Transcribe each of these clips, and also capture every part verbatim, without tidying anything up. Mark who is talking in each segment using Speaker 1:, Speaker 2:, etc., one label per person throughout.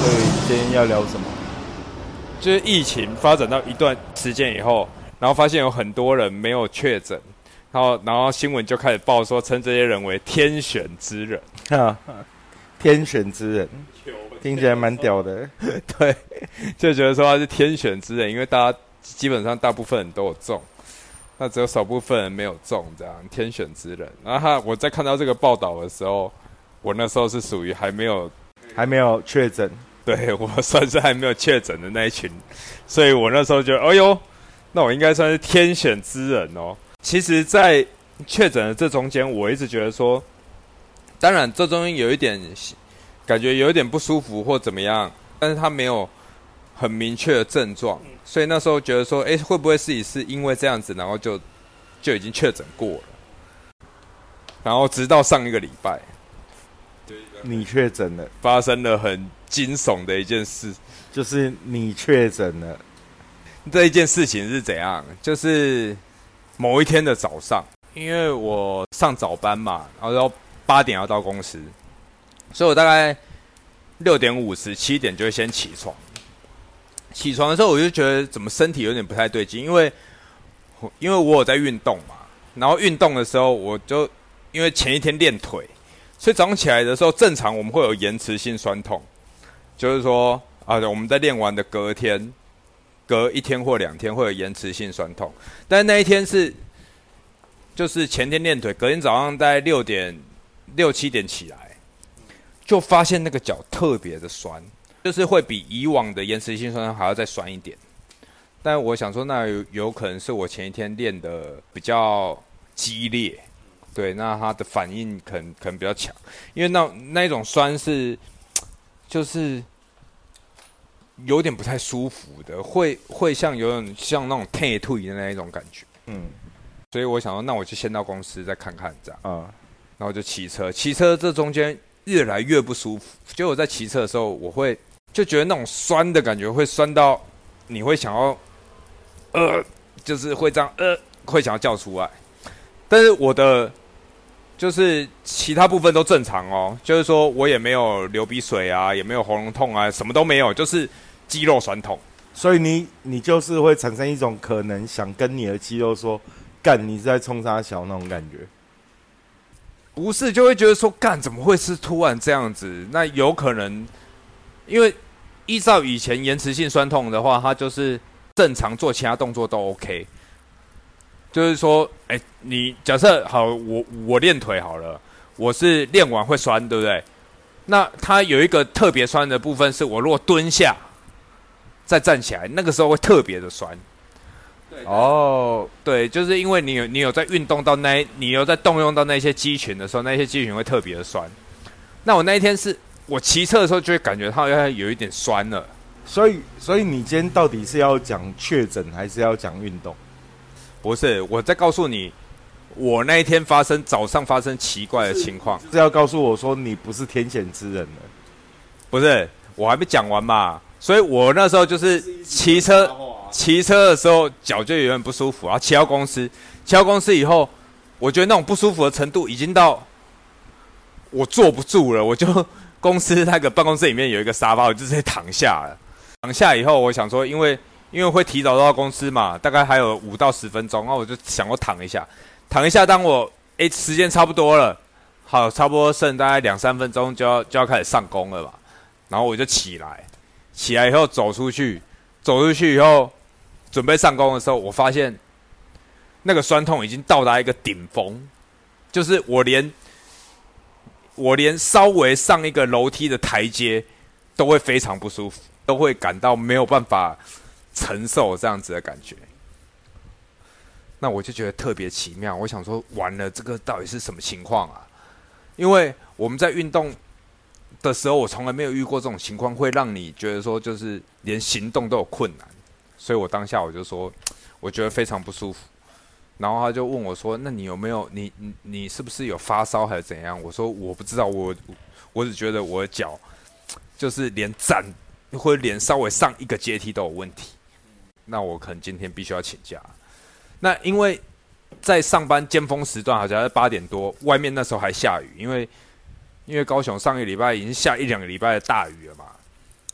Speaker 1: 所以今天要聊什么？
Speaker 2: 就是疫情发展到一段时间以后，然后发现有很多人没有确诊，然后然后新闻就开始报说称这些人为天选之人。
Speaker 1: 哈，天选之人，听起来蛮屌的。
Speaker 2: 对，就觉得说他是天选之人，因为大家基本上大部分人都有中，那只有少部分人没有中，这样天选之人。然后他我在看到这个报道的时候，我那时候是属于还没有
Speaker 1: 还没有确诊。
Speaker 2: 对，我算是还没有确诊的那一群，所以我那时候觉得，哎呦，那我应该算是天选之人哦。其实，在确诊的这中间，我一直觉得说，当然这中间有一点感觉有一点不舒服或怎么样，但是他没有很明确的症状，所以那时候觉得说，哎，会不会自己是因为这样子，然后就就已经确诊过了？然后直到上一个礼拜，
Speaker 1: 你确诊了，
Speaker 2: 发生了很惊悚的一件事，
Speaker 1: 就是你确诊了。
Speaker 2: 这一件事情是怎样？就是某一天的早上，因为我上早班嘛，然后要八点要到公司，所以我大概六点五十、七点就会先起床。起床的时候，我就觉得怎么身体有点不太对劲，因为因为我有在运动嘛，然后运动的时候，我就因为前一天练腿，所以早上起来的时候，正常我们会有延迟性酸痛，就是说啊，我们在练完的隔天。隔一天或两天会有延迟性酸痛，但是那一天是就是前天练腿，隔天早上大概六点六七点起来，就发现那个脚特别的酸，就是会比以往的延迟性酸痛还要再酸一点。但我想说，那 有, 有可能是我前一天练的比较激烈，对，那它的反应可能可能比较强，因为那那一种酸是就是。有点不太舒服的，会会像有点像那种退退的那一种感觉，嗯，所以我想说，那我就先到公司再看看这样，啊、嗯，然后就骑车，骑车这中间越来越不舒服，就我在骑车的时候，我会就觉得那种酸的感觉会酸到你会想要，呃，就是会这样，呃，会想要叫出来，但是我的就是其他部分都正常哦，就是说我也没有流鼻水啊，也没有喉咙痛啊，什么都没有，就是肌肉酸痛。
Speaker 1: 所以你你就是会产生一种可能想跟你的肌肉说，干你是在冲杀小那种感觉。
Speaker 2: 不是，就会觉得说干怎么会是突然这样子？那有可能，因为依照以前延迟性酸痛的话，它就是正常做其他动作都 OK。就是说，哎、欸，你假设好，我我练腿好了，我是练完会酸，对不对？那它有一个特别酸的部分，是我如果蹲下再站起来，那个时候会特别的酸。哦，对，就是因为你有你有在运动到那，你有在动用到那些肌群的时候，那些肌群会特别的酸。那我那一天是我骑车的时候，就会感觉它有一点酸了。
Speaker 1: 所以，所以你今天到底是要讲确诊，还是要讲运动？
Speaker 2: 不是，我在告诉你，我那一天发生早上发生奇怪的情况，
Speaker 1: 是要告诉我说你不是天选之人了。
Speaker 2: 不是，我还没讲完嘛，所以我那时候就是骑车，骑车的时候脚就有点不舒服，然后骑到公司，骑到公司以后，我觉得那种不舒服的程度已经到我坐不住了，我就公司那个办公室里面有一个沙发，我就直接躺下了。躺下以后，我想说，因为因为会提早到公司嘛，大概还有五到十分钟，然后我就想我躺一下，躺一下。当我哎时间差不多了，好，差不多剩大概两三分钟就要就要开始上工了嘛，然后我就起来，起来以后走出去，走出去以后准备上工的时候，我发现那个酸痛已经到达一个顶峰，就是我连我连稍微上一个楼梯的台阶都会非常不舒服，都会感到没有办法承受这样子的感觉。那我就觉得特别奇妙，我想说完了，这个到底是什么情况啊？因为我们在运动的时候，我从来没有遇过这种情况，会让你觉得说就是连行动都有困难。所以我当下我就说，我觉得非常不舒服。然后他就问我说：“那你有没有你你你是不是有发烧还是怎样？”我说：“我不知道，我我只觉得我的脚就是连站或者连稍微上一个阶梯都有问题。那我可能今天必须要请假。那因为在上班尖峰时段，好像在八点多，外面那时候还下雨，因为因为高雄上个礼拜已经下一两个礼拜的大雨了嘛。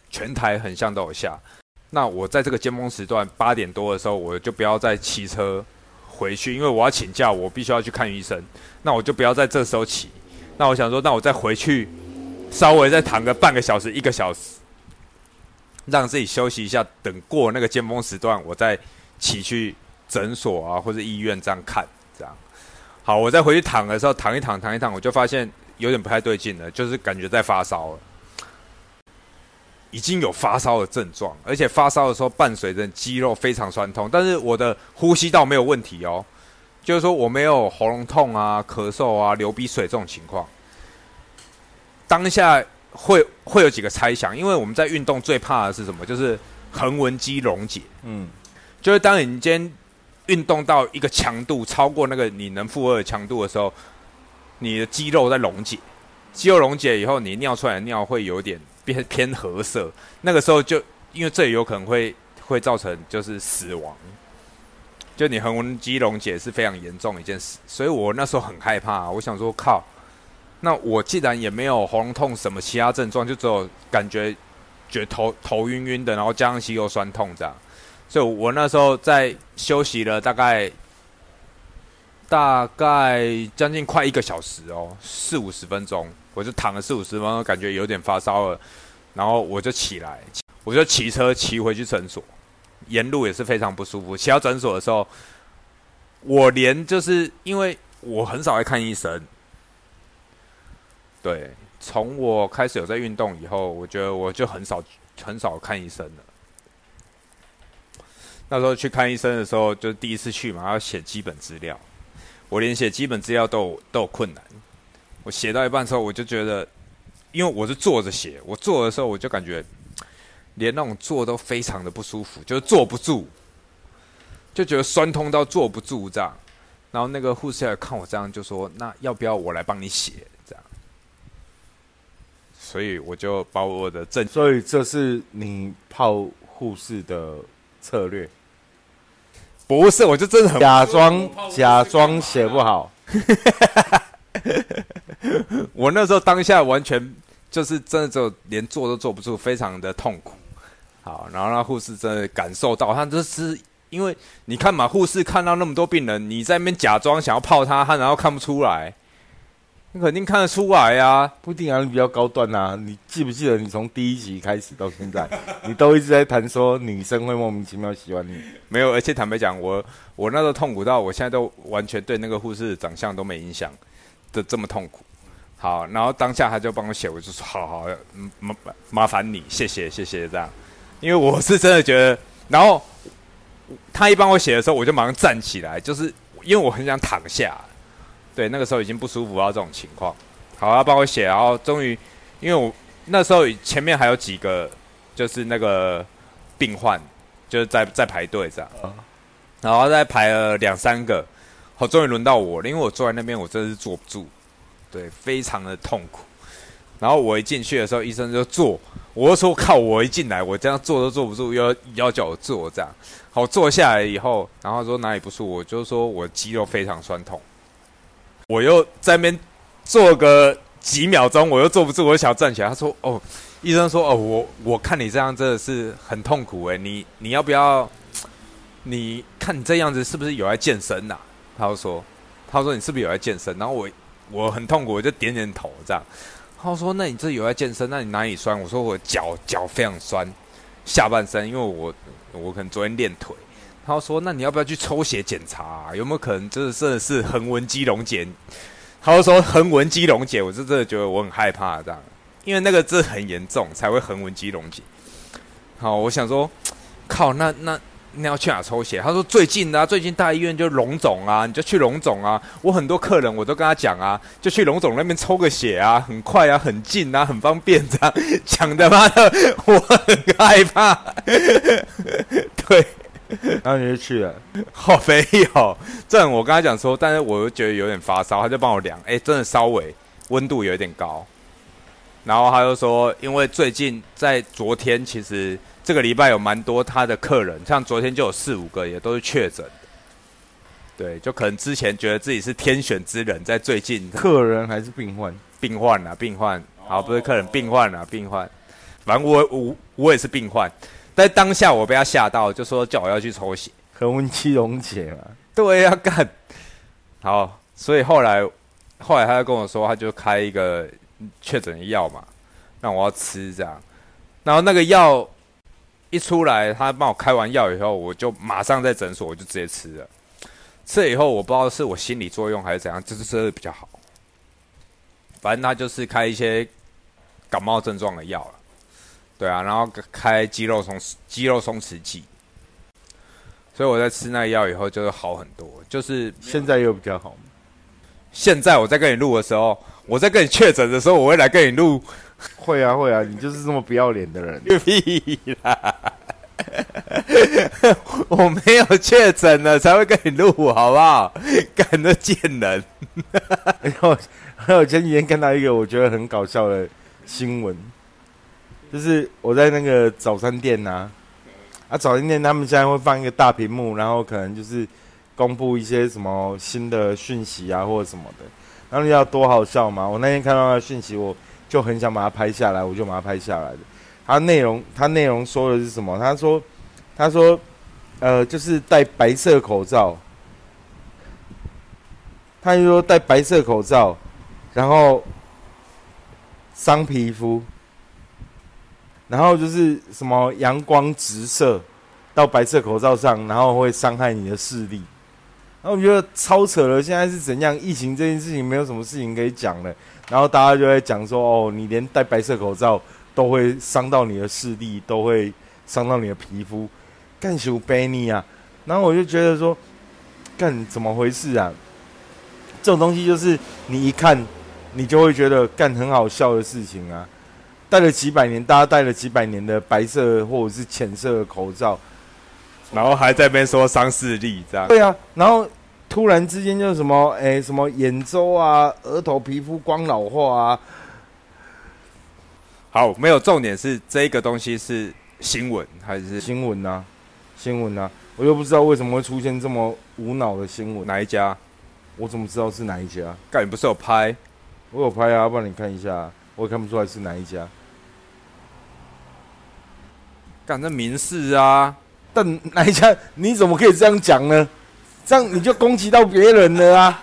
Speaker 2: 全台横向都有下。那我在这个尖峰时段八点多的时候，我就不要再骑车回去，因为我要请假，我必须要去看医生。那我就不要在这时候骑。那我想说，那我再回去，稍微再躺个半个小时、一个小时，让自己休息一下，等过那个尖峰时段，我再骑去诊所啊或者医院这样看，这样。好，我再回去躺的时候，躺一躺，躺一躺，我就发现有点不太对劲了，就是感觉在发烧了。已经有发烧的症状，而且发烧的时候伴随着肌肉非常酸痛，但是我的呼吸道没有问题哦，就是说我没有喉咙痛啊、咳嗽啊、流鼻水这种情况。当下会会有几个猜想，因为我们在运动最怕的是什么？就是横纹肌溶解。嗯，就是当你今天运动到一个强度超过那个你能负荷的强度的时候，你的肌肉在溶解，肌肉溶解以后，你尿出来的尿会有点偏偏褐色，那个时候就因为这也有可能会会造成就是死亡，就你横纹肌溶解是非常严重的一件事，所以我那时候很害怕、啊，我想说靠，那我既然也没有喉咙痛什么其他症状，就只有感觉觉得头头晕晕的，然后加上肌肉酸痛这样，所以我那时候在休息了大概大概将近快一个小时哦，四五十分钟。我就躺了四五十分钟，感觉有点发烧了，然后我就起来，我就骑车骑回去诊所，沿路也是非常不舒服。骑到诊所的时候，我连就是因为我很少会看医生，对，从我开始有在运动以后，我觉得我就很少很少看医生了。那时候去看医生的时候，就是第一次去嘛，要写基本资料，我连写基本资料都有都有困难。我写到一半的时候，我就觉得，因为我是坐着写，我坐的时候我就感觉，连那种坐都非常的不舒服，就是坐不住，就觉得酸痛到坐不住这样。然后那个护士来看我这样，就说：“那要不要我来帮你写？”这样，所以我就把我的证，
Speaker 1: 所以这是你泡护士的策略？
Speaker 2: 不是，我就真的很
Speaker 1: 假装假装写不好。
Speaker 2: 我那时候当下完全就是真的只有连坐都坐不住，非常的痛苦。好，然后那护士真的感受到，他就是因为你看嘛，护士看到那么多病人，你在那边假装想要泡他，他然后看不出来，你肯定看得出来啊。
Speaker 1: 不一定啊，你比较高端啊。你记不记得你从第一集开始到现在，你都一直在谈说女生会莫名其妙喜欢你？
Speaker 2: 没有，而且坦白讲，我我那时候痛苦到我现在都完全对那个护士的长相都没影响的这么痛苦。好，然后当下他就帮我写，我就说好好，麻麻烦你，谢谢谢谢这样，因为我是真的觉得，然后他一帮我写的时候，我就马上站起来，就是因为我很想躺下，对，那个时候已经不舒服到这种情况。好，他帮我写，然后终于，因为我那时候前面还有几个就是那个病患，就是在在排队这样，然后再排了两三个，好，终于轮到我了，因为我坐在那边，我真的是坐不住。对，非常的痛苦。然后我一进去的时候，医生就坐，我就说靠，我一进来，我这样坐都坐不住，又要要叫我坐这样。好，坐下来以后，然后说哪里不舒服，我就说我肌肉非常酸痛。我又在那边坐个几秒钟，我又坐不住，我就想要站起来。他说哦，医生说哦，我我看你这样真的是很痛苦哎，你你要不要？你看你这样子是不是有在健身啊？他就说，他说你是不是有在健身？然后我。我很痛苦，我就点点头这样。他说：“那你这有在健身？那你哪里酸？”我说：“我脚脚非常酸，下半身，因为我我可能昨天练腿。”他说：“那你要不要去抽血检查、啊？有没有可能就是真的是横纹肌溶解？”他就说：“横纹肌溶解，我是真的觉得我很害怕这样，因为那个这很严重才会横纹肌溶解。”好，我想说，靠，那那。那要去哪抽血？他说最近啊，最近大医院就荣总啊，你就去荣总啊。我很多客人我都跟他讲啊，就去荣总那边抽个血啊，很快啊，很近啊，很方便这样。讲的妈的，我很害怕。对，
Speaker 1: 然后你就去了。
Speaker 2: 好没有，这我跟他讲说，但是我又觉得有点发烧，他就帮我量，哎、欸，真的稍微温度有点高。然后他就说，因为最近在昨天其实。这个礼拜有蛮多他的客人，像昨天就有四五个也都是确诊的，对，就可能之前觉得自己是天选之人，在最近
Speaker 1: 客人还是病患，
Speaker 2: 病患啊，病患，好，不是客人，病患啊，病患， 反正我我我也是病患，但当下我被他吓到，就说叫我要去抽血，
Speaker 1: 和温七溶解嘛。
Speaker 2: 对呀、啊，干，好，所以后来后来他就跟我说，他就开一个确诊的药嘛，让我要吃这样，然后那个药一出来，他帮我开完药以后，我就马上在诊所我就直接吃了，吃了以后我不知道是我心理作用还是怎样，就是吃的比较好，反正他就是开一些感冒症状的药了，对啊，然后开肌肉松肌肉松弛剂。所以我在吃那个药以后，就是好很多。就是
Speaker 1: 现在又比较好吗？
Speaker 2: 现在我在跟你录的时候，我在跟你确诊的时候，我会来跟你录。
Speaker 1: 会啊会啊，你就是这么不要脸的人。
Speaker 2: 屁啦！我没有确诊了才会跟你录，好不好？干那贱人！
Speaker 1: 然后还有前几天看到一个我觉得很搞笑的新闻，就是我在那个早餐店啊。啊，早餐店他们现在会放一个大屏幕，然后可能就是公布一些什么新的讯息啊，或者什么的。然后你知道多好笑吗？我那天看到那个讯息，我就很想把它拍下来，我就把它拍下来的。它内容，它内容说的是什么？他说，他说，呃，就是戴白色口罩。他就说戴白色口罩，然后伤皮肤。然后就是什么阳光直射到白色口罩上，然后会伤害你的视力。然后我觉得超扯了，现在是怎样？疫情这件事情没有什么事情可以讲了，然后大家就在讲说，哦，你连戴白色口罩都会伤到你的视力，都会伤到你的皮肤，干什么悲你啊？然后我就觉得说，干怎么回事啊？这种东西就是你一看，你就会觉得干很好笑的事情啊。戴了几百年，大家戴了几百年的白色或者是浅色的口罩，
Speaker 2: 然后还在那边说伤视力这样。
Speaker 1: 对啊，然后突然之间就什么诶什么眼周啊、额头皮肤光老化啊。
Speaker 2: 好，没有重点是这个东西是新闻还是
Speaker 1: 新闻啊？新闻啊！我又不知道为什么会出现这么无脑的新闻。
Speaker 2: 哪一家？
Speaker 1: 我怎么知道是哪一家？
Speaker 2: 干，你不是有拍？
Speaker 1: 我有拍啊，不然你看一下，我也看不出来是哪一家。
Speaker 2: 干这民事啊！
Speaker 1: 但哪一家？你怎么可以这样讲呢？这样你就攻击到别人了啊！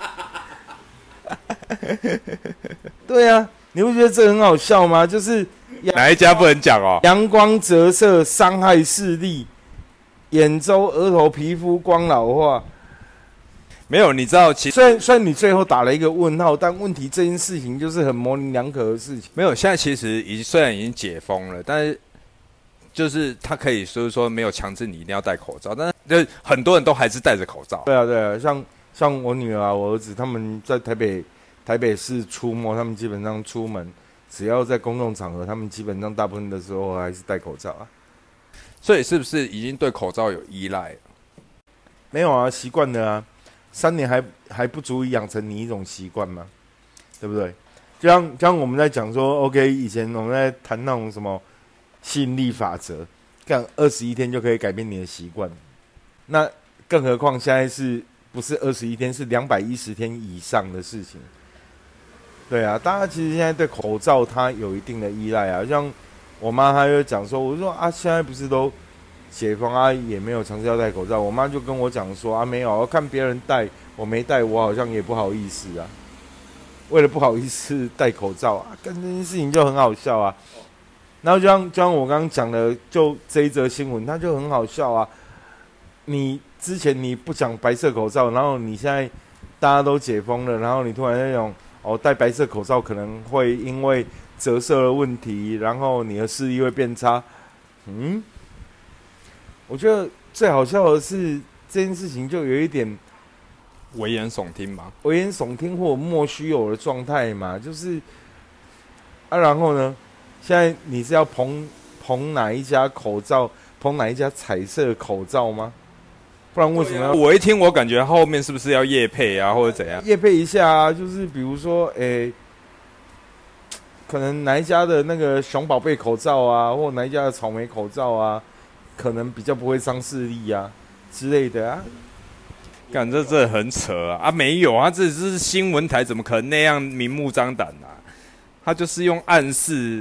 Speaker 1: 对啊，你不觉得这很好笑吗？就是
Speaker 2: 哪一家不能讲哦？
Speaker 1: 阳光折射伤害视力，眼周、额头皮肤光老化。
Speaker 2: 没有，你知道其实
Speaker 1: 虽然虽然你最后打了一个问号，但问题这件事情就是很模棱两可的事情。
Speaker 2: 没有，现在其实已虽然已经解封了，但是就是他可以就是说没有强制你一定要戴口罩，但是就很多人都还是戴着口罩。
Speaker 1: 对啊，对啊，像像我女儿啊、我儿子他们在台北台北市出没，他们基本上出门只要在公共场合，他们基本上大部分的时候还是戴口罩啊。
Speaker 2: 所以是不是已经对口罩有依赖了？
Speaker 1: 没有啊，习惯了啊，三年还还不足以养成你一种习惯吗？对不对？就像就像我们在讲说 ，OK， 以前我们在谈那种什么吸引力法则，干二十一天就可以改变你的习惯，那更何况现在是不是二十一天，是两百一十天以上的事情？对啊，大家其实现在对口罩它有一定的依赖啊，像我妈她就讲说，我说啊，现在不是都解封啊，也没有强制要戴口罩，我妈就跟我讲说啊，没有，我看别人戴，我没戴，我好像也不好意思啊。为了不好意思戴口罩啊，干这件事情就很好笑啊。然后就像就像我刚刚讲的，就这一则新闻，它就很好笑啊。你之前你不讲白色口罩，然后你现在大家都解封了，然后你突然那种哦戴白色口罩可能会因为折射的问题，然后你的视力会变差。嗯，我觉得最好笑的是这件事情就有一点
Speaker 2: 危言耸听吗？
Speaker 1: 危言耸听或莫须有的状态嘛，就是啊，然后呢，现在你是要捧捧哪一家口罩，捧哪一家彩色口罩吗？不然为什么要？
Speaker 2: 我一听，我感觉后面是不是要业配啊，或者怎样？
Speaker 1: 业配一下啊，就是比如说，诶，可能哪一家的那个熊宝贝口罩啊，或哪一家的草莓口罩啊，可能比较不会伤视力啊之类的啊。
Speaker 2: 干这这很扯啊！啊没有啊，这只是新闻台，怎么可能那样明目张胆啊？他就是用暗示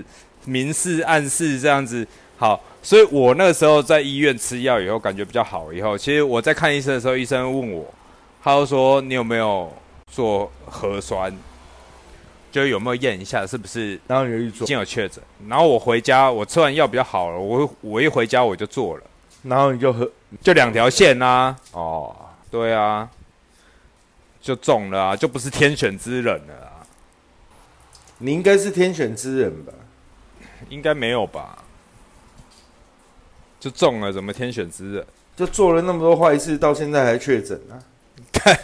Speaker 2: 明示暗示这样子。好，所以我那个时候在医院吃药以后感觉比较好，以后其实我在看医生的时候，医生问我，他就说你有没有做核酸，就有没有验一下是不是，
Speaker 1: 然后你就去做，
Speaker 2: 已经有确诊。然后我回家，我吃完药比较好了，我我一回家我就做了，
Speaker 1: 然后你就和
Speaker 2: 就两条线啊，
Speaker 1: 哦，
Speaker 2: 对啊，就中了啊，就不是天选之人了啊。
Speaker 1: 你应该是天选之人吧？
Speaker 2: 应该没有吧？就中了，怎么天选之人？
Speaker 1: 就做了那么多坏事，到现在还确诊啊？
Speaker 2: 看，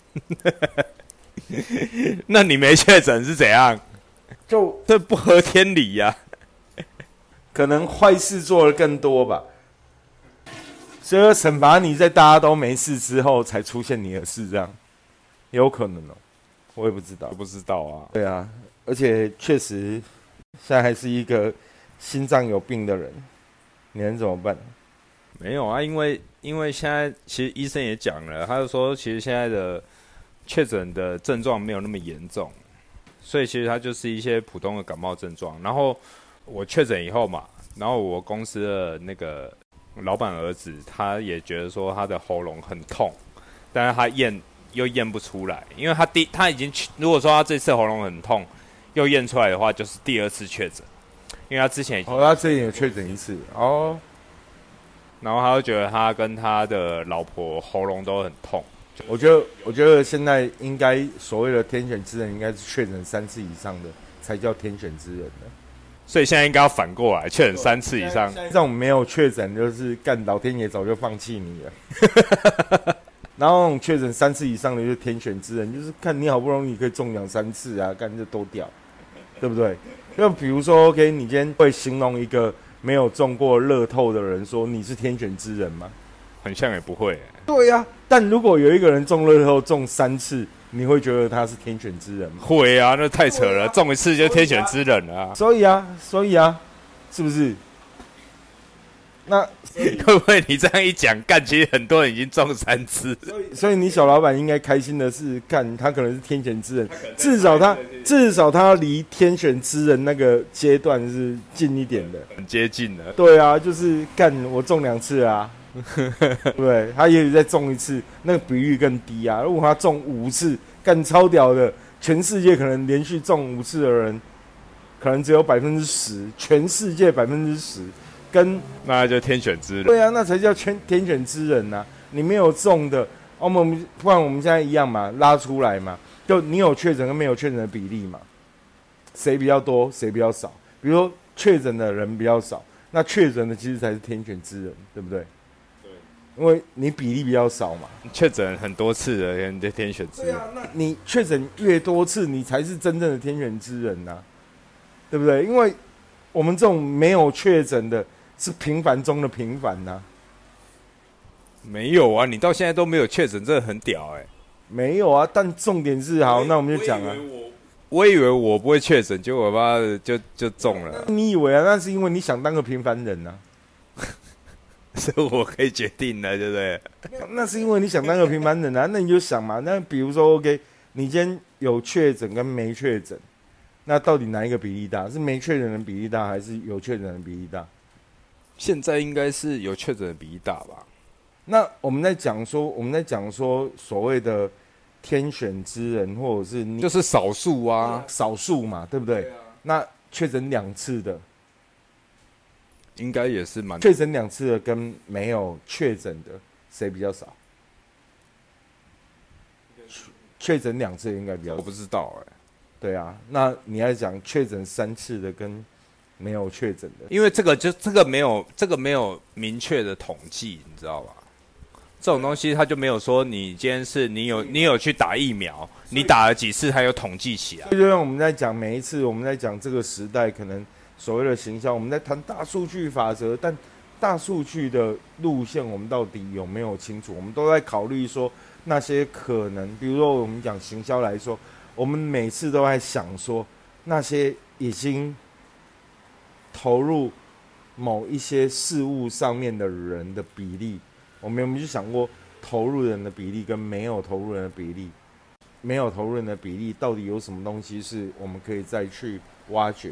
Speaker 2: 那你没确诊是怎样？
Speaker 1: 就
Speaker 2: 这不合天理呀、啊！
Speaker 1: 可能坏事做的更多吧，所以要惩罚你在大家都没事之后才出现你的事，这样有可能哦，我也不知道，
Speaker 2: 我不知道啊。
Speaker 1: 对啊，而且确实现在还是一个心脏有病的人，你能怎么办？
Speaker 2: 没有啊，因为因为现在其实医生也讲了，他就说其实现在的确诊的症状没有那么严重，所以其实它就是一些普通的感冒症状。然后我确诊以后嘛，然后我公司的那个老板儿子他也觉得说他的喉咙很痛，但是他验又验不出来，因为他第他已经如果说他这次喉咙很痛又验出来的话，就是第二次确诊，因为他之前已经
Speaker 1: 哦，他之前有确诊一次哦。
Speaker 2: 然后他就觉得他跟他的老婆喉咙都很痛。
Speaker 1: 我觉得，我觉得现在应该所谓的天选之人，应该是确诊三次以上的才叫天选之人的。
Speaker 2: 所以现在应该要反过来，确诊三次以上。
Speaker 1: 这种没有确诊，就是干老天爷早就放弃你了。然后那种确诊三次以上的就是天选之人，就是看你好不容易可以中奖三次啊，干这多屌，对不对？就比如说 ，OK， 你今天会形容一个没有中过乐透的人说你是天选之人吗？
Speaker 2: 很像也不会、欸。
Speaker 1: 对呀、啊，但如果有一个人中乐透中三次，你会觉得他是天选之人吗？
Speaker 2: 会啊，那太扯了，中一次就天选之人了、啊。
Speaker 1: 所以啊，所以啊，是不是？那
Speaker 2: 会不会你这样一讲，干，其实很多人已经中三次。
Speaker 1: 所以，所以你小老板应该开心的是，干他可能是天选之人，至少他至少他离天选之人那个阶段是近一点的，
Speaker 2: 很接近了。
Speaker 1: 对啊，就是干我中两次啊，对不对？他也许再中一次，那个比率更低啊。如果他中五次，干超屌的，全世界可能连续中五次的人，可能只有百分之十，全世界百分之十。跟
Speaker 2: 那就天选之人，
Speaker 1: 对啊，那才叫天天选之人呐、啊！你没有中的，我们不然我们现在一样嘛，拉出来嘛，就你有确诊跟没有确诊的比例嘛，谁比较多，谁比较少？比如说确诊的人比较少，那确诊的其实才是天选之人，对不对？对，因为你比例比较少嘛。
Speaker 2: 确诊很多次的人就天选之人。
Speaker 1: 对啊，那你确诊越多次，你才是真正的天选之人呐、啊，对不对？因为我们这种没有确诊的。是平凡中的平凡呐、啊，
Speaker 2: 没有啊，你到现在都没有确诊，真的很屌哎、欸。
Speaker 1: 没有啊，但重点是好，那我们就讲啊。
Speaker 2: 我以为我不会确诊，结果我妈的就就中了。
Speaker 1: 你以为啊？那是因为你想当个平凡人呐、
Speaker 2: 啊，是我可以决定的，对不对？
Speaker 1: 那是因为你想当个平凡人啊，那你就想嘛，那比如说 OK， 你今天有确诊跟没确诊，那到底哪一个比例大？是没确诊的比例大，还是有确诊的比例大？
Speaker 2: 现在应该是有确诊的比例大吧？
Speaker 1: 那我们在讲说，我们在讲说所谓的天选之人，或者是你
Speaker 2: 就是少数啊，
Speaker 1: 少数嘛，对不对？
Speaker 2: 对啊、
Speaker 1: 那确诊两次的，
Speaker 2: 应该也是蛮
Speaker 1: 确诊两次的跟没有确诊的，谁比较少？确诊两次应该比较少，
Speaker 2: 我不知道哎、欸。
Speaker 1: 对啊，那你要讲确诊三次的跟没有确诊的，
Speaker 2: 因为这个就这个没有这个没有明确的统计，你知道吧？这种东西它就没有说你今天是你有你有去打疫苗，你打了几次，它有统计起来。
Speaker 1: 就像我们在讲每一次我们在讲这个时代可能所谓的行销，我们在谈大数据法则，但大数据的路线我们到底有没有清楚？我们都在考虑说那些可能，比如说我们讲行销来说，我们每次都在想说那些已经投入某一些事物上面的人的比例，我们有没有去想过投入人的比例跟没有投入人的比例？没有投入人的比例到底有什么东西是我们可以再去挖掘的？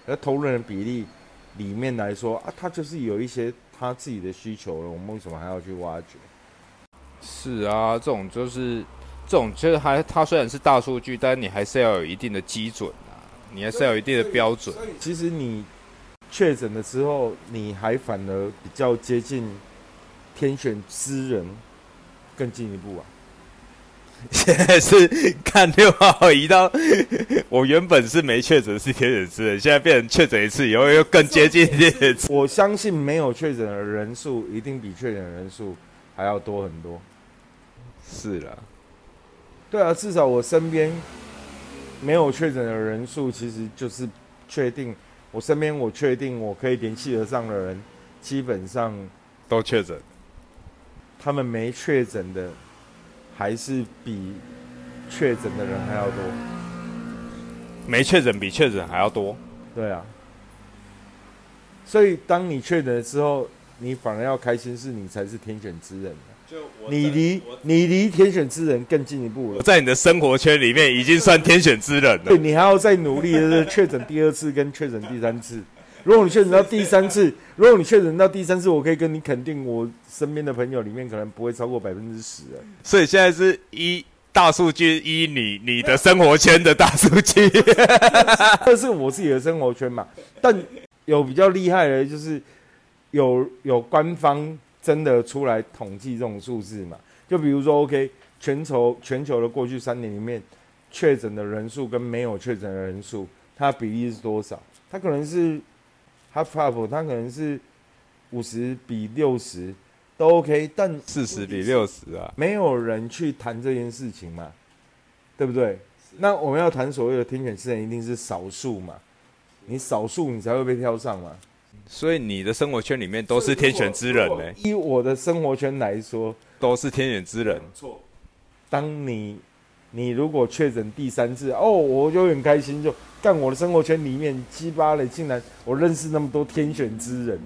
Speaker 1: 而同仁的比例里面来说啊，他就是有一些他自己的需求了，我们为什么还要去挖掘？
Speaker 2: 是啊，这种就是这种就是还它虽然是大数据，但你还是要有一定的基准啊，你还是要有一定的标准。
Speaker 1: 其实你确诊的时候，你还反而比较接近天选之人更进一步啊。
Speaker 2: 现在是看六号移到我原本是没确诊是天选之人，现在变成确诊一次以后又更接近天选之人。
Speaker 1: 我相信没有确诊的人数一定比确诊的人数还要多很多。
Speaker 2: 是啦，
Speaker 1: 对啊，至少我身边没有确诊的人数，其实就是确定我身边我确定我可以联系得上的人，基本上
Speaker 2: 都确诊。
Speaker 1: 他们没确诊的还是比确诊的人还要多。
Speaker 2: 没确诊比确诊还要多。
Speaker 1: 对啊，所以当你确诊的时候，你反而要开心，是你才是天选之人。你离你离天选之人更进一步了。
Speaker 2: 我在你的生活圈里面已经算天选之人了。
Speaker 1: 对，你还要再努力的是确诊第二次跟确诊第三次。如果你确诊到第三次，如果你确诊到第三次，我可以跟你肯定，我身边的朋友里面可能不会超过百分之十。
Speaker 2: 所以现在是依大数据依你你的生活圈的大数据，
Speaker 1: 这是我自己的生活圈嘛。但有比较厉害的，就是有有官方真的出来统计这种数字嘛？就比如说 ，OK， 全球全球的过去三年里面，确诊的人数跟没有确诊的人数，它的比例是多少？它可能是 half half， 它可能是五十比六十都 OK， 但
Speaker 2: 四十比六十啊，
Speaker 1: 没有人去谈这件事情嘛，对不对？那我们要谈所谓的天选之人，一定是少数嘛？你少数你才会被挑上嘛。
Speaker 2: 所以你的生活圈里面都是天选之人呢、欸。
Speaker 1: 以我的生活圈来说，
Speaker 2: 都是天选之人。
Speaker 1: 错。当你你如果确诊第三次，哦，我就很开心，就干我的生活圈里面鸡巴了，竟然我认识那么多天选之人。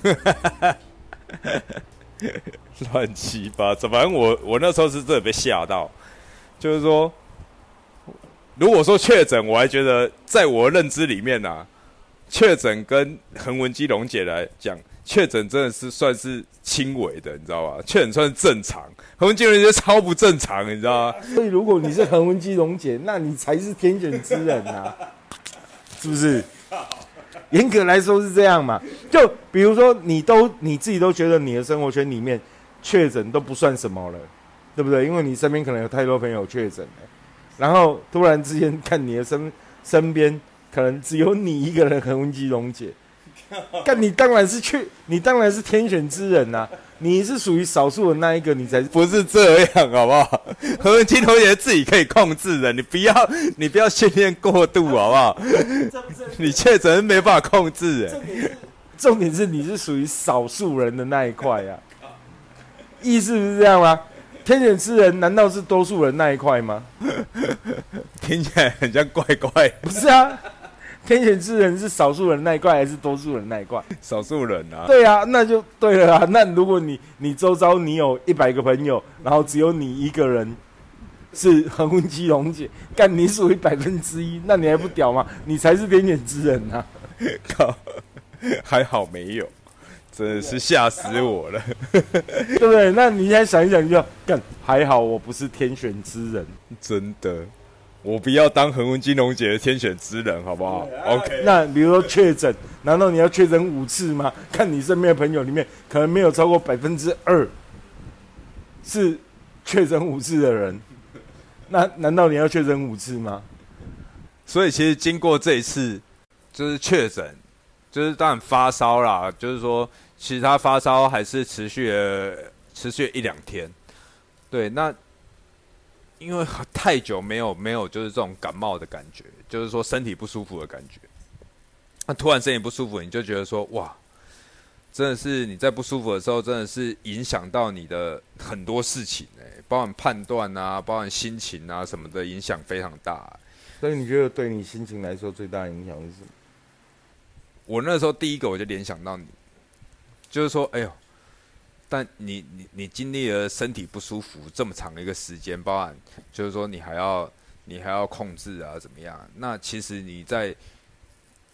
Speaker 2: 乱七八糟，反正我我那时候是真的被吓到，就是说，如果说确诊，我还觉得在我的认知里面啊。确诊跟横纹肌溶解来讲，确诊真的是算是轻微的，你知道吧？确诊算是正常，横纹肌溶解超不正常，你知道吗？
Speaker 1: 所以如果你是横纹肌溶解，那你才是天选之人啊，是不是？严格来说是这样嘛？就比如说，你都你自己都觉得你的生活圈里面确诊都不算什么了，对不对？因为你身边可能有太多朋友确诊了，然后突然之间看你的身身边。可能只有你一个人横纹肌溶解，但你当然是去，你当然是天选之人呐、啊！你是属于少数的那一个，你才
Speaker 2: 不是这样，好不好？横纹肌溶解自己可以控制的，你不要，你不要训练过度，好不好？你确诊没办法控制，哎，
Speaker 1: 重点是你是属于少数人的那一块啊，意思是这样吗？天选之人难道是多数人那一块吗？
Speaker 2: 听起来很像怪怪。
Speaker 1: 不是啊。天选之人是少数人那一块还是多数人那一块？
Speaker 2: 少数人啊。
Speaker 1: 对啊，那就对了啊。那如果你你周遭你有一百个朋友，然后只有你一个人是横纹肌溶解，干你属于百分之一，那你还不屌吗？你才是天选之人啊！
Speaker 2: 靠，还好没有，真的是吓死我了，
Speaker 1: 对不对？那你现在想一想就，就干还好我不是天选之人，
Speaker 2: 真的。我不要当横纹肌溶解的天选之人，好不好 ？OK。
Speaker 1: 那比如说确诊，难道你要确诊五次吗？看你身边的朋友里面，可能没有超过百分之二是确诊五次的人，那难道你要确诊五次吗？
Speaker 2: 所以其实经过这一次，就是确诊，就是当然发烧啦，就是说，其实他发烧还是持续了持续了一两天，对，那。因为太久没有没有就是这种感冒的感觉，就是说身体不舒服的感觉。那突然身体不舒服，你就觉得说哇，真的是你在不舒服的时候，真的是影响到你的很多事情哎、欸，包含判断啊，包含心情啊什么的，影响非常大、欸。
Speaker 1: 所以你觉得对你心情来说最大的影响是什么？
Speaker 2: 我那时候第一个我就联想到你，就是说，哎呦。但你你你经历了身体不舒服这么长的一个时间，包含就是说你还要你还要控制啊怎么样？那其实你在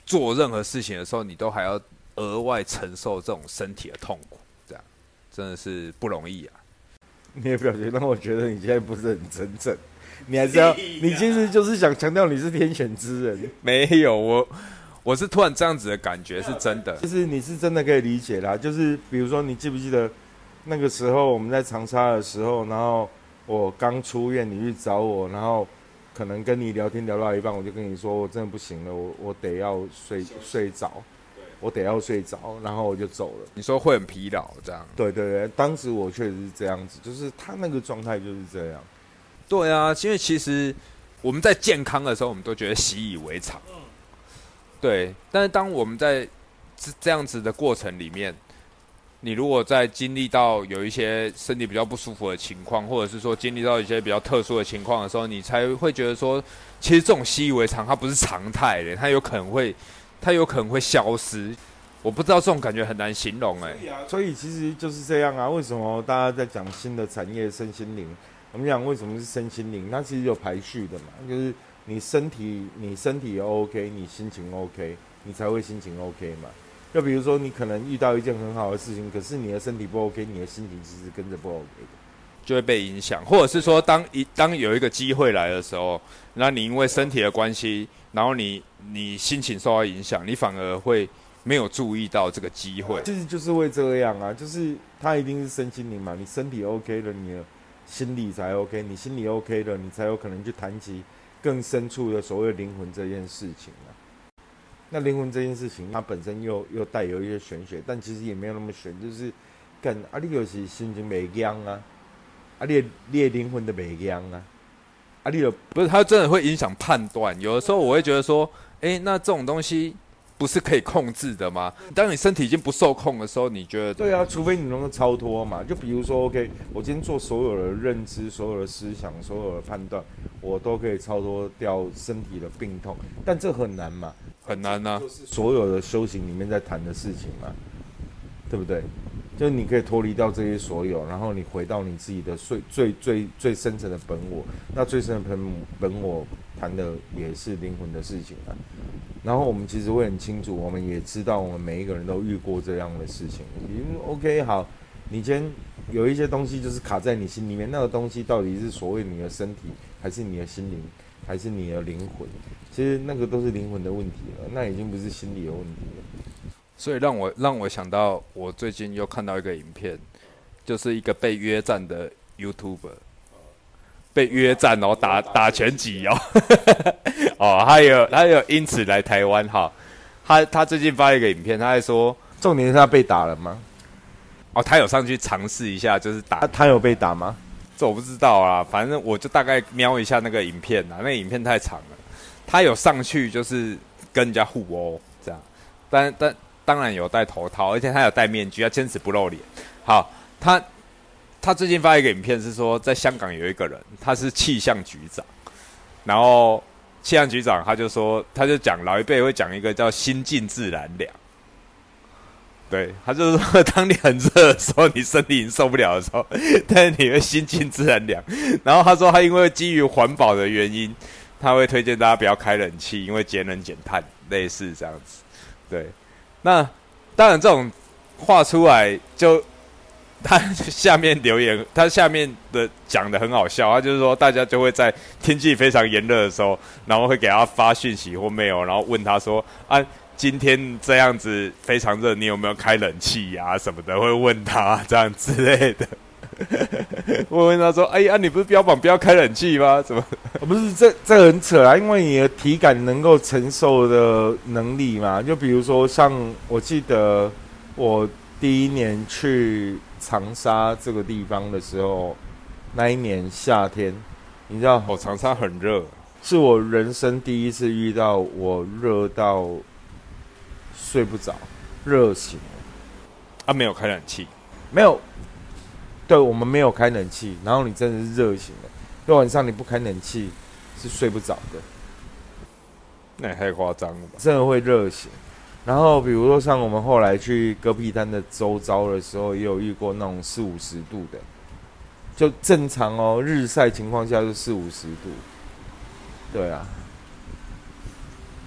Speaker 2: 做任何事情的时候，你都还要额外承受这种身体的痛苦，这样真的是不容易啊。
Speaker 1: 你的表情让我觉得你现在不是很真正，你还是要，你其实就是想强调你是天选之人。
Speaker 2: 没有，我我是突然这样子的感觉，是真的。
Speaker 1: 就是你是真的可以理解啦，就是比如说你记不记得那个时候我们在长沙的时候，然后我刚出院，你去找我，然后可能跟你聊天聊到一半，我就跟你说我真的不行了，我我得要睡睡着。我得要睡着，然后我就走了。
Speaker 2: 你说会很疲劳，这样？
Speaker 1: 对对对，当时我确实是这样子，就是他那个状态就是这样。
Speaker 2: 对啊，因为其实我们在健康的时候，我们都觉得习以为常。对，但是当我们在这样子的过程里面，你如果在经历到有一些身体比较不舒服的情况，或者是说经历到一些比较特殊的情况的时候，你才会觉得说，其实这种习以为常，它不是常态的，它有可能会。它有可能会消失，我不知道这种感觉很难形容哎、
Speaker 1: 欸啊。所以其实就是这样啊。为什么大家在讲新的产业身心灵？我们讲为什么是身心灵？它其实有排序的嘛，就是你身体你身体 OK， 你心情 OK， 你才会心情 OK 嘛。就比如说你可能遇到一件很好的事情，可是你的身体不 OK， 你的心情其实跟着不 OK 的，
Speaker 2: 就会被影响，或者是说当一当有一个机会来的时候，那你因为身体的关系。然后你你心情受到影响，你反而会没有注意到这个机会。
Speaker 1: 其实就是会这样啊，就是它一定是身心灵嘛。你身体 OK 了，你的心理才 OK， 你心理 OK 了，你才有可能去谈及更深处的所谓灵魂这件事情啊。那灵魂这件事情，它本身又又带有一些玄学，但其实也没有那么玄，就是干啊，你就是心情袂僵啊，啊，你的你的灵魂的袂僵啊。啊，你
Speaker 2: 不是，它真的会影响判断。有的时候我会觉得说，哎，那这种东西不是可以控制的吗？当你身体已经不受控的时候，你觉得？
Speaker 1: 对啊，除非你能够超脱嘛。就比如说 ，OK， 我今天做所有的认知、所有的思想、所有的判断，我都可以超脱掉身体的病痛，但这很难嘛，
Speaker 2: 很难啊。
Speaker 1: 就是所有的修行里面在谈的事情嘛，对不对？就是你可以脱离掉这些所有，然后你回到你自己的最最最最深层的本我。那最深的本本我谈的也是灵魂的事情啊。然后我们其实会很清楚，我们也知道，我们每一个人都遇过这样的事情。OK， 好，你今天有一些东西就是卡在你心里面，那个东西到底是所谓你的身体，还是你的心灵，还是你的灵魂？其实那个都是灵魂的问题了，那已经不是心理的问题了。
Speaker 2: 所以让我让我想到，我最近又看到一个影片，就是一个被约战的 YouTuber， 被约战哦，打打拳击哦，哦，他有他有因此来台湾哈，他他最近发了一个影片，他还说，
Speaker 1: 重点是他被打了吗？
Speaker 2: 哦，他有上去尝试一下，就是打，
Speaker 1: 他他有被打吗？
Speaker 2: 这我不知道啊，反正我就大概瞄一下那个影片啊，那个影片太长了，他有上去就是跟人家互殴这样，但但。当然有戴头套，而且他有戴面具，他坚持不露脸。好，他他最近发一个影片是说，在香港有一个人，他是气象局长，然后气象局长他就说，他就讲老一辈会讲一个叫心静自然凉。对，他就是说，当你很热的时候，你身体已经受不了的时候，但是你会心静自然凉。然后他说，他因为基于环保的原因，他会推荐大家不要开冷气，因为节能减碳，类似这样子。对。那当然，这种话出来就他下面留言，他下面的讲的很好笑，他就是说大家就会在天气非常炎热的时候，然后会给他发讯息或没有，然后问他说啊，今天这样子非常热，你有没有开冷气呀、啊、什么的，会问他这样之类的。我问他说：“哎呀，你不是标榜不要开冷气吗？怎么？
Speaker 1: 不是这这很扯啊，因为你的体感能够承受的能力嘛。就比如说，像我记得我第一年去长沙这个地方的时候，那一年夏天，你知道，
Speaker 2: 哦，长沙很热，
Speaker 1: 是我人生第一次遇到我热到睡不着，热醒
Speaker 2: 啊，没有开冷气，
Speaker 1: 没有。”对，我们没有开冷气，然后你真的是热醒了。就晚上你不开冷气是睡不着的，
Speaker 2: 那也太夸张了吧？
Speaker 1: 真的会热醒。然后比如说像我们后来去戈壁滩的周遭的时候，也有遇过那种四五十度的，就正常哦，日晒情况下是四五十度。对啊，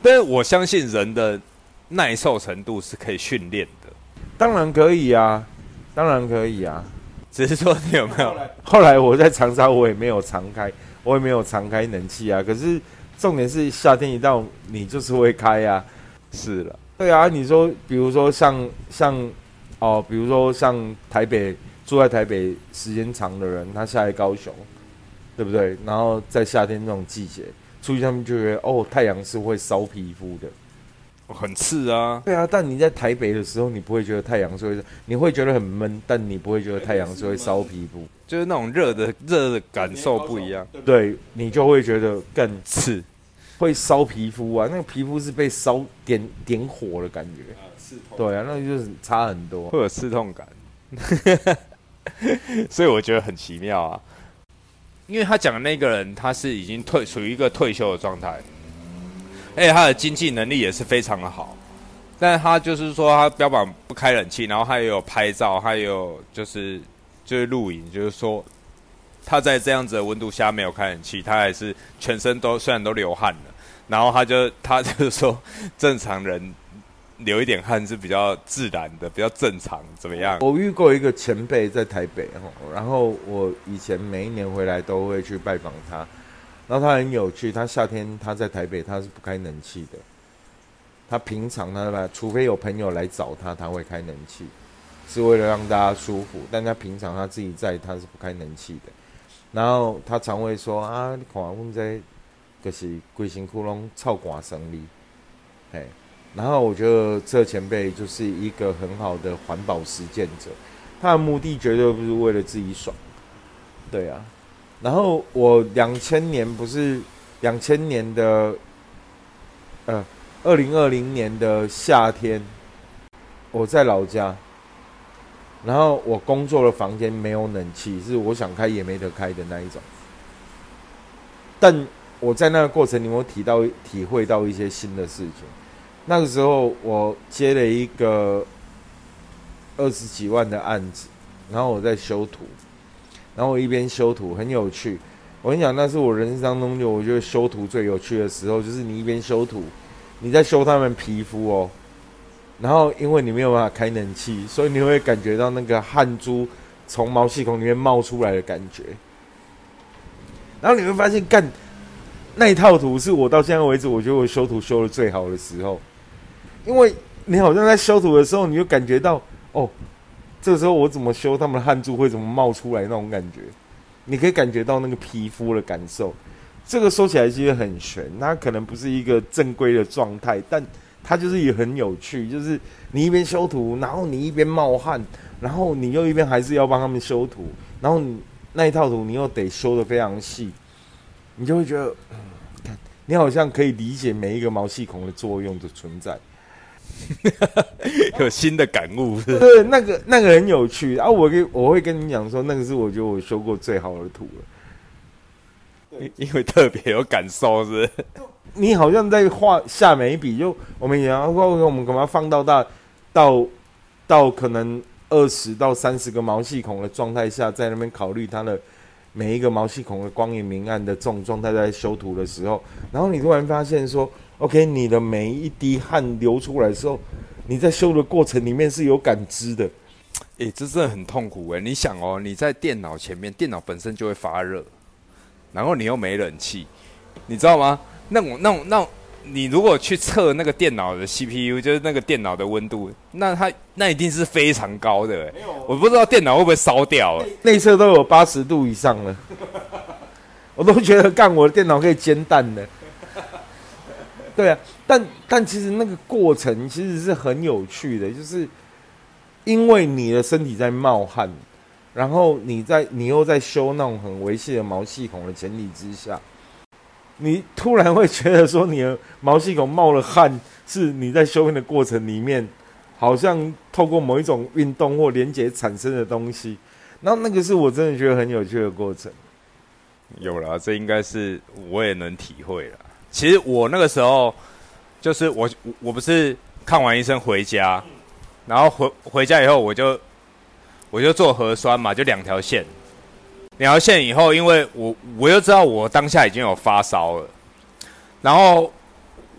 Speaker 2: 但是我相信人的耐受程度是可以训练的。
Speaker 1: 当然可以啊，当然可以啊。
Speaker 2: 只是说你有没有？
Speaker 1: 后来我在长沙，我也没有常开，我也没有常开冷气啊。可是重点是夏天一到，你就是会开啊。
Speaker 2: 是了，
Speaker 1: 对啊，你说，比如说像像哦，比如说像台北住在台北时间长的人，他下来高雄，对不对？然后在夏天这种季节出去，他们就觉得哦，太阳是会烧皮肤的。
Speaker 2: 很刺啊，
Speaker 1: 对啊，但你在台北的时候，你不会觉得太阳是会，你会觉得很闷，但你不会觉得太阳是会烧皮肤，
Speaker 2: 就是那种热的热的感受不一样。
Speaker 1: 对，你就会觉得更
Speaker 2: 刺，
Speaker 1: 会烧皮肤啊，那个皮肤是被烧点点火的感觉，啊、刺痛。对啊，那就是差很多，
Speaker 2: 会有刺痛感，所以我觉得很奇妙啊。因为他讲的那个人，他是已经退属于一个退休的状态。而且他的经济能力也是非常的好，但他就是说他标榜不开冷气，然后他也有拍照，他也有就是就是录影，就是说他在这样子的温度下没有开冷气，他还是全身都虽然都流汗了，然后他就他就是说正常人流一点汗是比较自然的，比较正常，怎么样？
Speaker 1: 我遇过一个前辈在台北，然后我以前每一年回来都会去拜访他。然后他很有趣，他夏天他在台北他是不开冷气的，他平常他除非有朋友来找他，他会开冷气，是为了让大家舒服。但他平常他自己在，他是不开冷气的。然后他常会说啊，你看我们这就是规身躯拢臭汗生理，嘿。然后我觉得这前辈就是一个很好的环保实践者，他的目的绝对不是为了自己爽，对啊。然后我两千年不是两千年的，呃，二零二零年的夏天，我在老家，然后我工作的房间没有冷气，是我想开也没得开的那一种。但我在那个过程里面，我体到体会到一些新的事情。那个时候我接了一个二十几万的案子，然后我在修图。然后我一边修图很有趣，我跟你讲，那是我人生当中就我觉得修图最有趣的时候，就是你一边修图，你在修他们皮肤哦，然后因为你没有办法开冷气，所以你会感觉到那个汗珠从毛细孔里面冒出来的感觉，然后你会发现，干那一套图是我到现在为止我觉得我修图修的最好的时候，因为你好像在修图的时候，你就感觉到哦。这个时候我怎么修，他们的汗珠会怎么冒出来那种感觉，你可以感觉到那个皮肤的感受。这个说起来其实很玄，它可能不是一个正规的状态，但它就是也很有趣。就是你一边修图，然后你一边冒汗，然后你又一边还是要帮他们修图，然后你那一套图你又得修得非常细，你就会觉得，嗯，你好像可以理解每一个毛细孔的作用的存在。
Speaker 2: 有新的感悟是不是？
Speaker 1: 对，那个那个很有趣啊！我跟我会跟你讲说，那个是我觉得我修过最好的图了，
Speaker 2: 因为特别有感受，是不是？
Speaker 1: 你好像在画下每一笔，就我们讲说，我们干嘛放到大到到可能二十到三十个毛细孔的状态下，在那边考虑它的每一个毛细孔的光影明暗的这种状态，在修图的时候，然后你突然发现说。OK， 你的每一滴汗流出来的时候，你在修的过程里面是有感知的。
Speaker 2: 哎、欸，这真的很痛苦哎！你想哦，你在电脑前面，电脑本身就会发热，然后你又没冷气，你知道吗？那种、那种、那种，你如果去测那个电脑的 C P U， 就是那个电脑的温度，那它那一定是非常高的哎。我不知道电脑会不会烧掉了，
Speaker 1: 内侧都有八十度以上了，我都觉得干我的电脑可以煎蛋了。对啊，但但其实那个过程其实是很有趣的，就是因为你的身体在冒汗，然后你在你又在修那种很微细的毛细孔的前提之下，你突然会觉得说你的毛细孔冒了汗，是你在修片的过程里面，好像透过某一种运动或连结产生的东西，然后那个是我真的觉得很有趣的过程。
Speaker 2: 有啦，这应该是我也能体会了。其实我那个时候就是我我不是看完医生回家，然后回回家以后我就我就做核酸嘛，就两条线，两条线以后，因为我我又知道我当下已经有发烧了，然后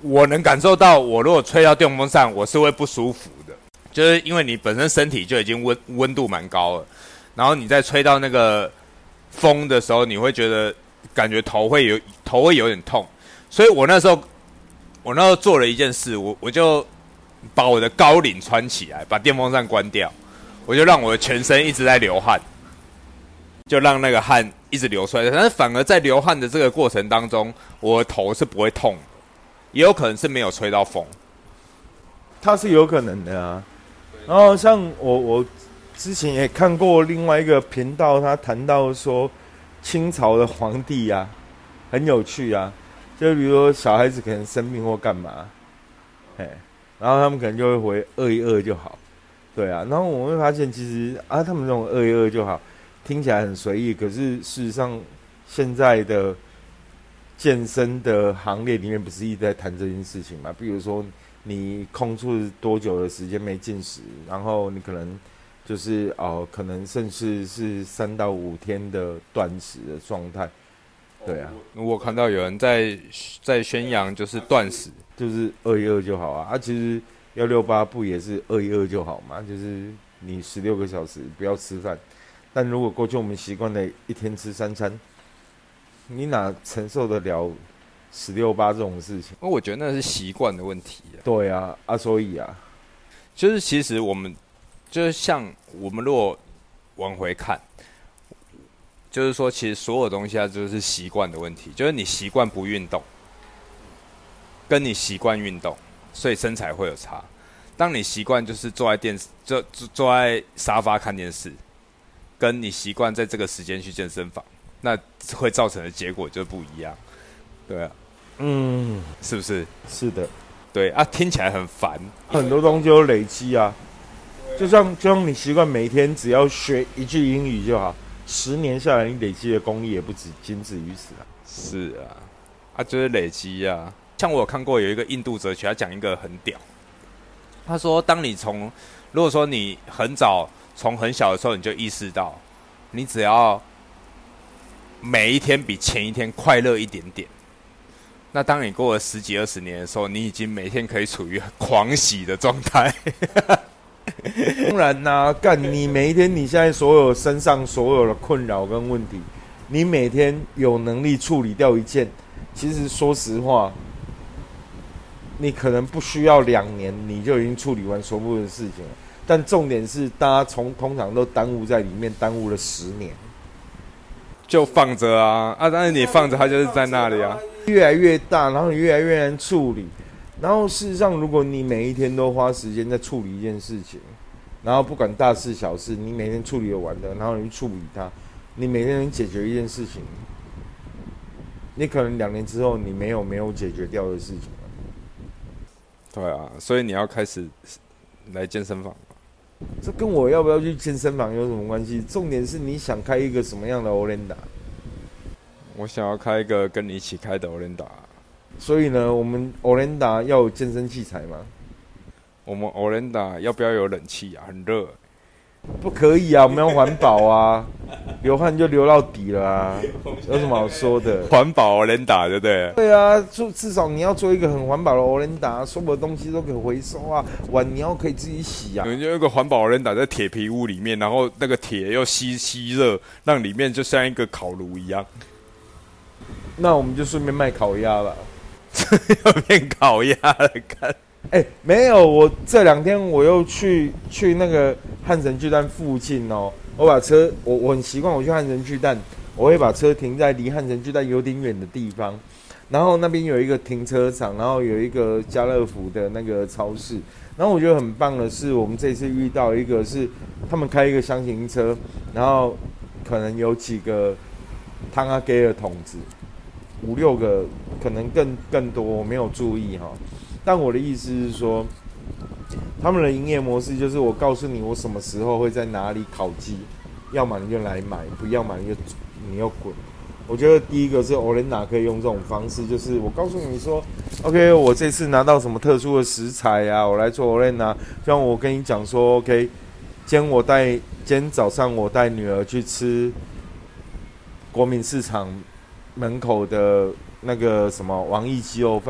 Speaker 2: 我能感受到，我如果吹到电风扇，我是会不舒服的，就是因为你本身身体就已经温温度蛮高了，然后你再吹到那个风的时候，你会觉得感觉头会有头会有点痛，所以我那时候我那时候做了一件事，我我就把我的高领穿起来，把电风扇关掉，我就让我的全身一直在流汗，就让那个汗一直流出来，但是反而在流汗的这个过程当中，我的头是不会痛的，也有可能是没有吹到风，
Speaker 1: 它是有可能的啊。然后像我我之前也看过另外一个频道，他谈到说清朝的皇帝啊，很有趣啊，就比如说小孩子可能生病或干嘛，哎，然后他们可能就会回饿一饿就好，对啊。然后我会发现其实啊，他们这种饿一饿就好，听起来很随意，可是事实上现在的健身的行列里面不是一直在谈这件事情嘛？比如说你空出多久的时间没进食，然后你可能就是哦，可能甚至是三到五天的断食的状态，对啊。
Speaker 2: 我看到有人在在宣扬就是断食，
Speaker 1: 就是饿一饿就好啊。啊，其实幺六八不也是饿一饿就好嘛？就是你十六个小时不要吃饭，但如果过去我们习惯了一天吃三餐，你哪承受得了十六八这种事情？
Speaker 2: 因为我觉得那是习惯的问题、啊。
Speaker 1: 对啊，啊，所以啊，
Speaker 2: 就是其实我们就是像我们如果往回看，就是说其实所有东西它就是习惯的问题，就是你习惯不运动，跟你习惯运动，所以身材会有差。当你习惯就是坐在电视，坐坐在沙发看电视，跟你习惯在这个时间去健身房，那会造成的结果就不一样。对啊，
Speaker 1: 嗯，
Speaker 2: 是不是？
Speaker 1: 是的，
Speaker 2: 对啊，听起来很烦，
Speaker 1: 很多东西都累积啊。就像就像你习惯每天只要学一句英语就好，十年下来你累积的功力也不止仅止于此啊。
Speaker 2: 是啊，啊就是累积啊。像我有看过有一个印度哲学，他讲一个很屌。他说，当你从如果说你很早从很小的时候你就意识到，你只要每一天比前一天快乐一点点，那当你过了十几二十年的时候，你已经每天可以处于狂喜的状态。
Speaker 1: 当然啦、啊，干你每一天你现在所有身上所有的困扰跟问题，你每天有能力处理掉一件，其实说实话，你可能不需要两年，你就已经处理完所有的事情了。但重点是，大家从通常都耽误在里面，耽误了十年，
Speaker 2: 就放着啊啊！但是你放着，它就是在那里啊，
Speaker 1: 越来越大，然后你越来越难处理。然后事实上，如果你每一天都花时间在处理一件事情，然后不管大事小事，你每天处理完的，然后你去处理它，你每天能解决一件事情，你可能两年之后你没有没有解决掉的事情了。
Speaker 2: 对啊，所以你要开始来健身房。
Speaker 1: 这跟我要不要去健身房有什么关系？重点是你想开一个什么样的欧联达？
Speaker 2: 我想要开一个跟你一起开的欧联达。
Speaker 1: 所以呢，我们欧联达要有健身器材吗？
Speaker 2: 我们欧联达要不要有冷气啊？很热、欸。
Speaker 1: 不可以啊，我们要环保啊，流汗就流到底了啊，有什么好说的？
Speaker 2: 环保欧联达对不对？
Speaker 1: 对啊，就至少你要做一个很环保的欧联达，所有的东西都可以回收啊，碗你要可以自己洗啊。
Speaker 2: 你就有一个环保欧联达在铁皮屋里面，然后那个铁又吸吸热，让里面就像一个烤炉一样。
Speaker 1: 那我们就顺便卖烤鸭吧。
Speaker 2: 要变烤鸭了，看。
Speaker 1: 哎、欸，没有，我这两天我又去去那个汉神巨蛋附近哦，我把车，我我很习惯我去汉神巨蛋，我会把车停在离汉神巨蛋有点远的地方，然后那边有一个停车场，然后有一个家乐福的那个超市，然后我觉得很棒的是，我们这次遇到一个是他们开一个箱型车，然后可能有几个汤阿给的桶子。五六个，可能更更多，我没有注意哈。但我的意思是说，他们的营业模式就是我告诉你我什么时候会在哪里烤鸡，要么你就来买，不要买你就你又滚。我觉得第一个是欧联达可以用这种方式，就是我告诉你说 ，OK， 我这次拿到什么特殊的食材啊，我来做欧联达。像我跟你讲说 ，OK， 今天我带今天早上我带女儿去吃国民市场门口的那个什么王义鸡肉饭，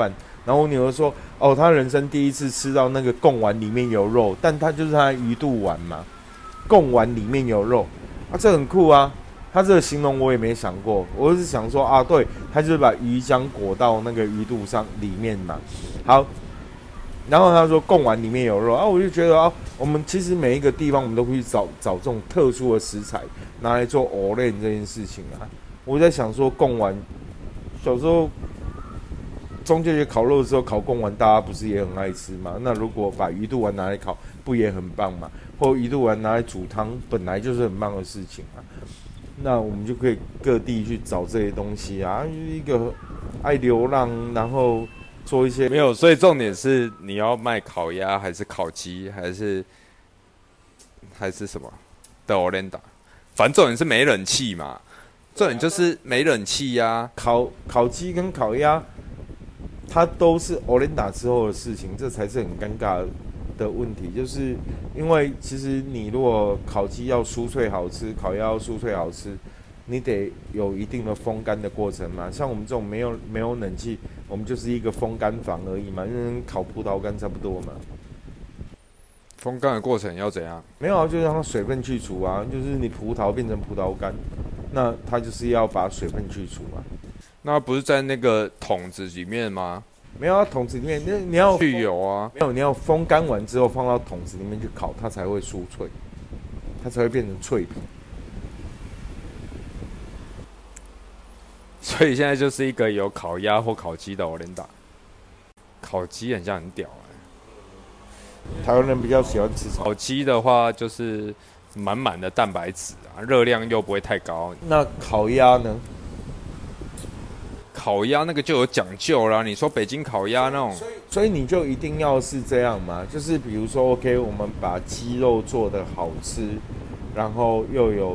Speaker 1: 然后我女儿说，哦，她人生第一次吃到那个贡丸里面有肉，但她就是她的鱼肚丸嘛，贡丸里面有肉，啊，这很酷啊。她这个形容我也没想过，我是想说啊，对，她就是把鱼浆裹到那个鱼肚上里面嘛。好，然后她说贡丸里面有肉啊，我就觉得啊，我们其实每一个地方我们都会去找找这种特殊的食材拿来做藕类这件事情啊。我在想说贡丸，小时候中秋节烤肉的时候烤贡丸，大家不是也很爱吃吗？那如果把鱼肚丸拿来烤，不也很棒吗？或鱼肚丸拿来煮汤，本来就是很棒的事情啊。那我们就可以各地去找这些东西啊，一个爱流浪，然后做一些
Speaker 2: 没有，所以重点是你要卖烤鸭还是烤鸡还是还是什么的 Orenda， 反正重点是没冷气嘛。重点就是没冷气呀、啊，
Speaker 1: 烤烤鸡跟烤鸭，它都是 Orenda 之后的事情，这才是很尴尬的问题。就是因为其实你如果烤鸡要酥脆好吃，烤鸭要酥脆好吃，你得有一定的风干的过程嘛。像我们这种没有没有冷气，我们就是一个风干房而已嘛，跟烤葡萄干差不多嘛。
Speaker 2: 风干的过程要怎样？
Speaker 1: 没有啊，就是让它水分去除啊，就是你葡萄变成葡萄干。那它就是要把水分去除嘛？
Speaker 2: 那不是在那个桶子里面吗？
Speaker 1: 没有啊，桶子里面你你要
Speaker 2: 去油啊，
Speaker 1: 没有，你要风干完之后放到桶子里面去烤，它才会酥脆，它才会变成脆皮。
Speaker 2: 所以现在就是一个有烤鸭或烤鸡的 Orenda。烤鸡很像很屌哎、
Speaker 1: 欸，台湾人比较喜欢吃
Speaker 2: 烤鸡的话就是满满的蛋白质啊，热量又不会太高。
Speaker 1: 那烤鸭呢？
Speaker 2: 烤鸭那个就有讲究啦。你说北京烤鸭那种，
Speaker 1: 所以所以你就一定要是这样嘛？就是比如说 ，OK， 我们把鸡肉做得好吃，然后又有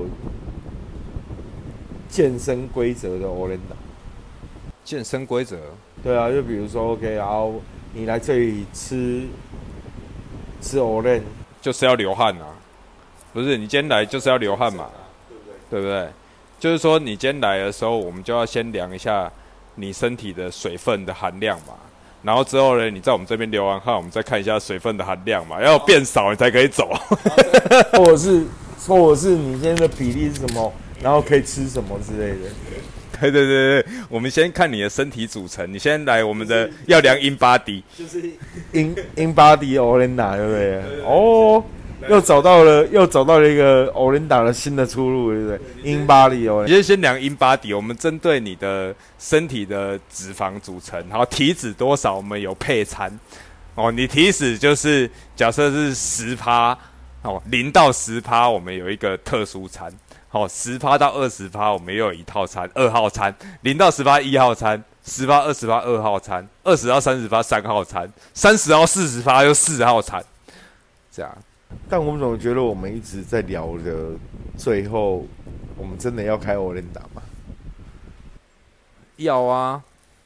Speaker 1: 健身规则的 Orenda。
Speaker 2: 健身规则？
Speaker 1: 对啊，就比如说 ，OK， 然后你来这里吃吃 Orenda，
Speaker 2: 就是要流汗啊。不是，你今天来就是要流汗嘛，对不对？就是说，你今天来的时候，我们就要先量一下你身体的水分的含量嘛。然后之后呢，你在我们这边流完汗，我们再看一下水分的含量嘛，要变少你才可以走。
Speaker 1: 或者是，或者是你今天的比例是什么，然后可以吃什么之类的。
Speaker 2: 对对对对，我们先看你的身体组成。你先来我们的要量 in body，
Speaker 1: 就是 in in body Orenda， 对不对？哦。又找到了，又找到了一个 Orenda 的新的出路，对不对 ？In body 哦，
Speaker 2: 你先先量 in body， 我们针对你的身体的脂肪组成，然后体脂多少，我们有配餐。哦，你体脂就是假设是十趴，哦，零到十趴，我们有一个特殊餐。哦，十趴到二十趴，我们又有一套餐，二号餐；零到十趴一号餐，十趴二十趴二号餐，二十到三十趴三号餐，三十到四十趴又四号餐，这样。
Speaker 1: 但我们总觉得我们一直在聊的，最后我们真的要开 Orenda 吗？
Speaker 2: 要啊，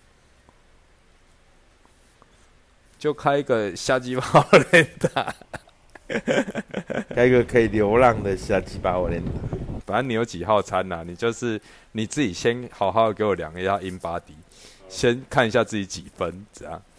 Speaker 2: 就开一个瞎鸡巴 Orenda，
Speaker 1: 开一个可以流浪的瞎鸡巴 Orenda。
Speaker 2: 反正你有几号餐啊？你就是你自己先好好给我量一下 in body， 先看一下自己几分，这样。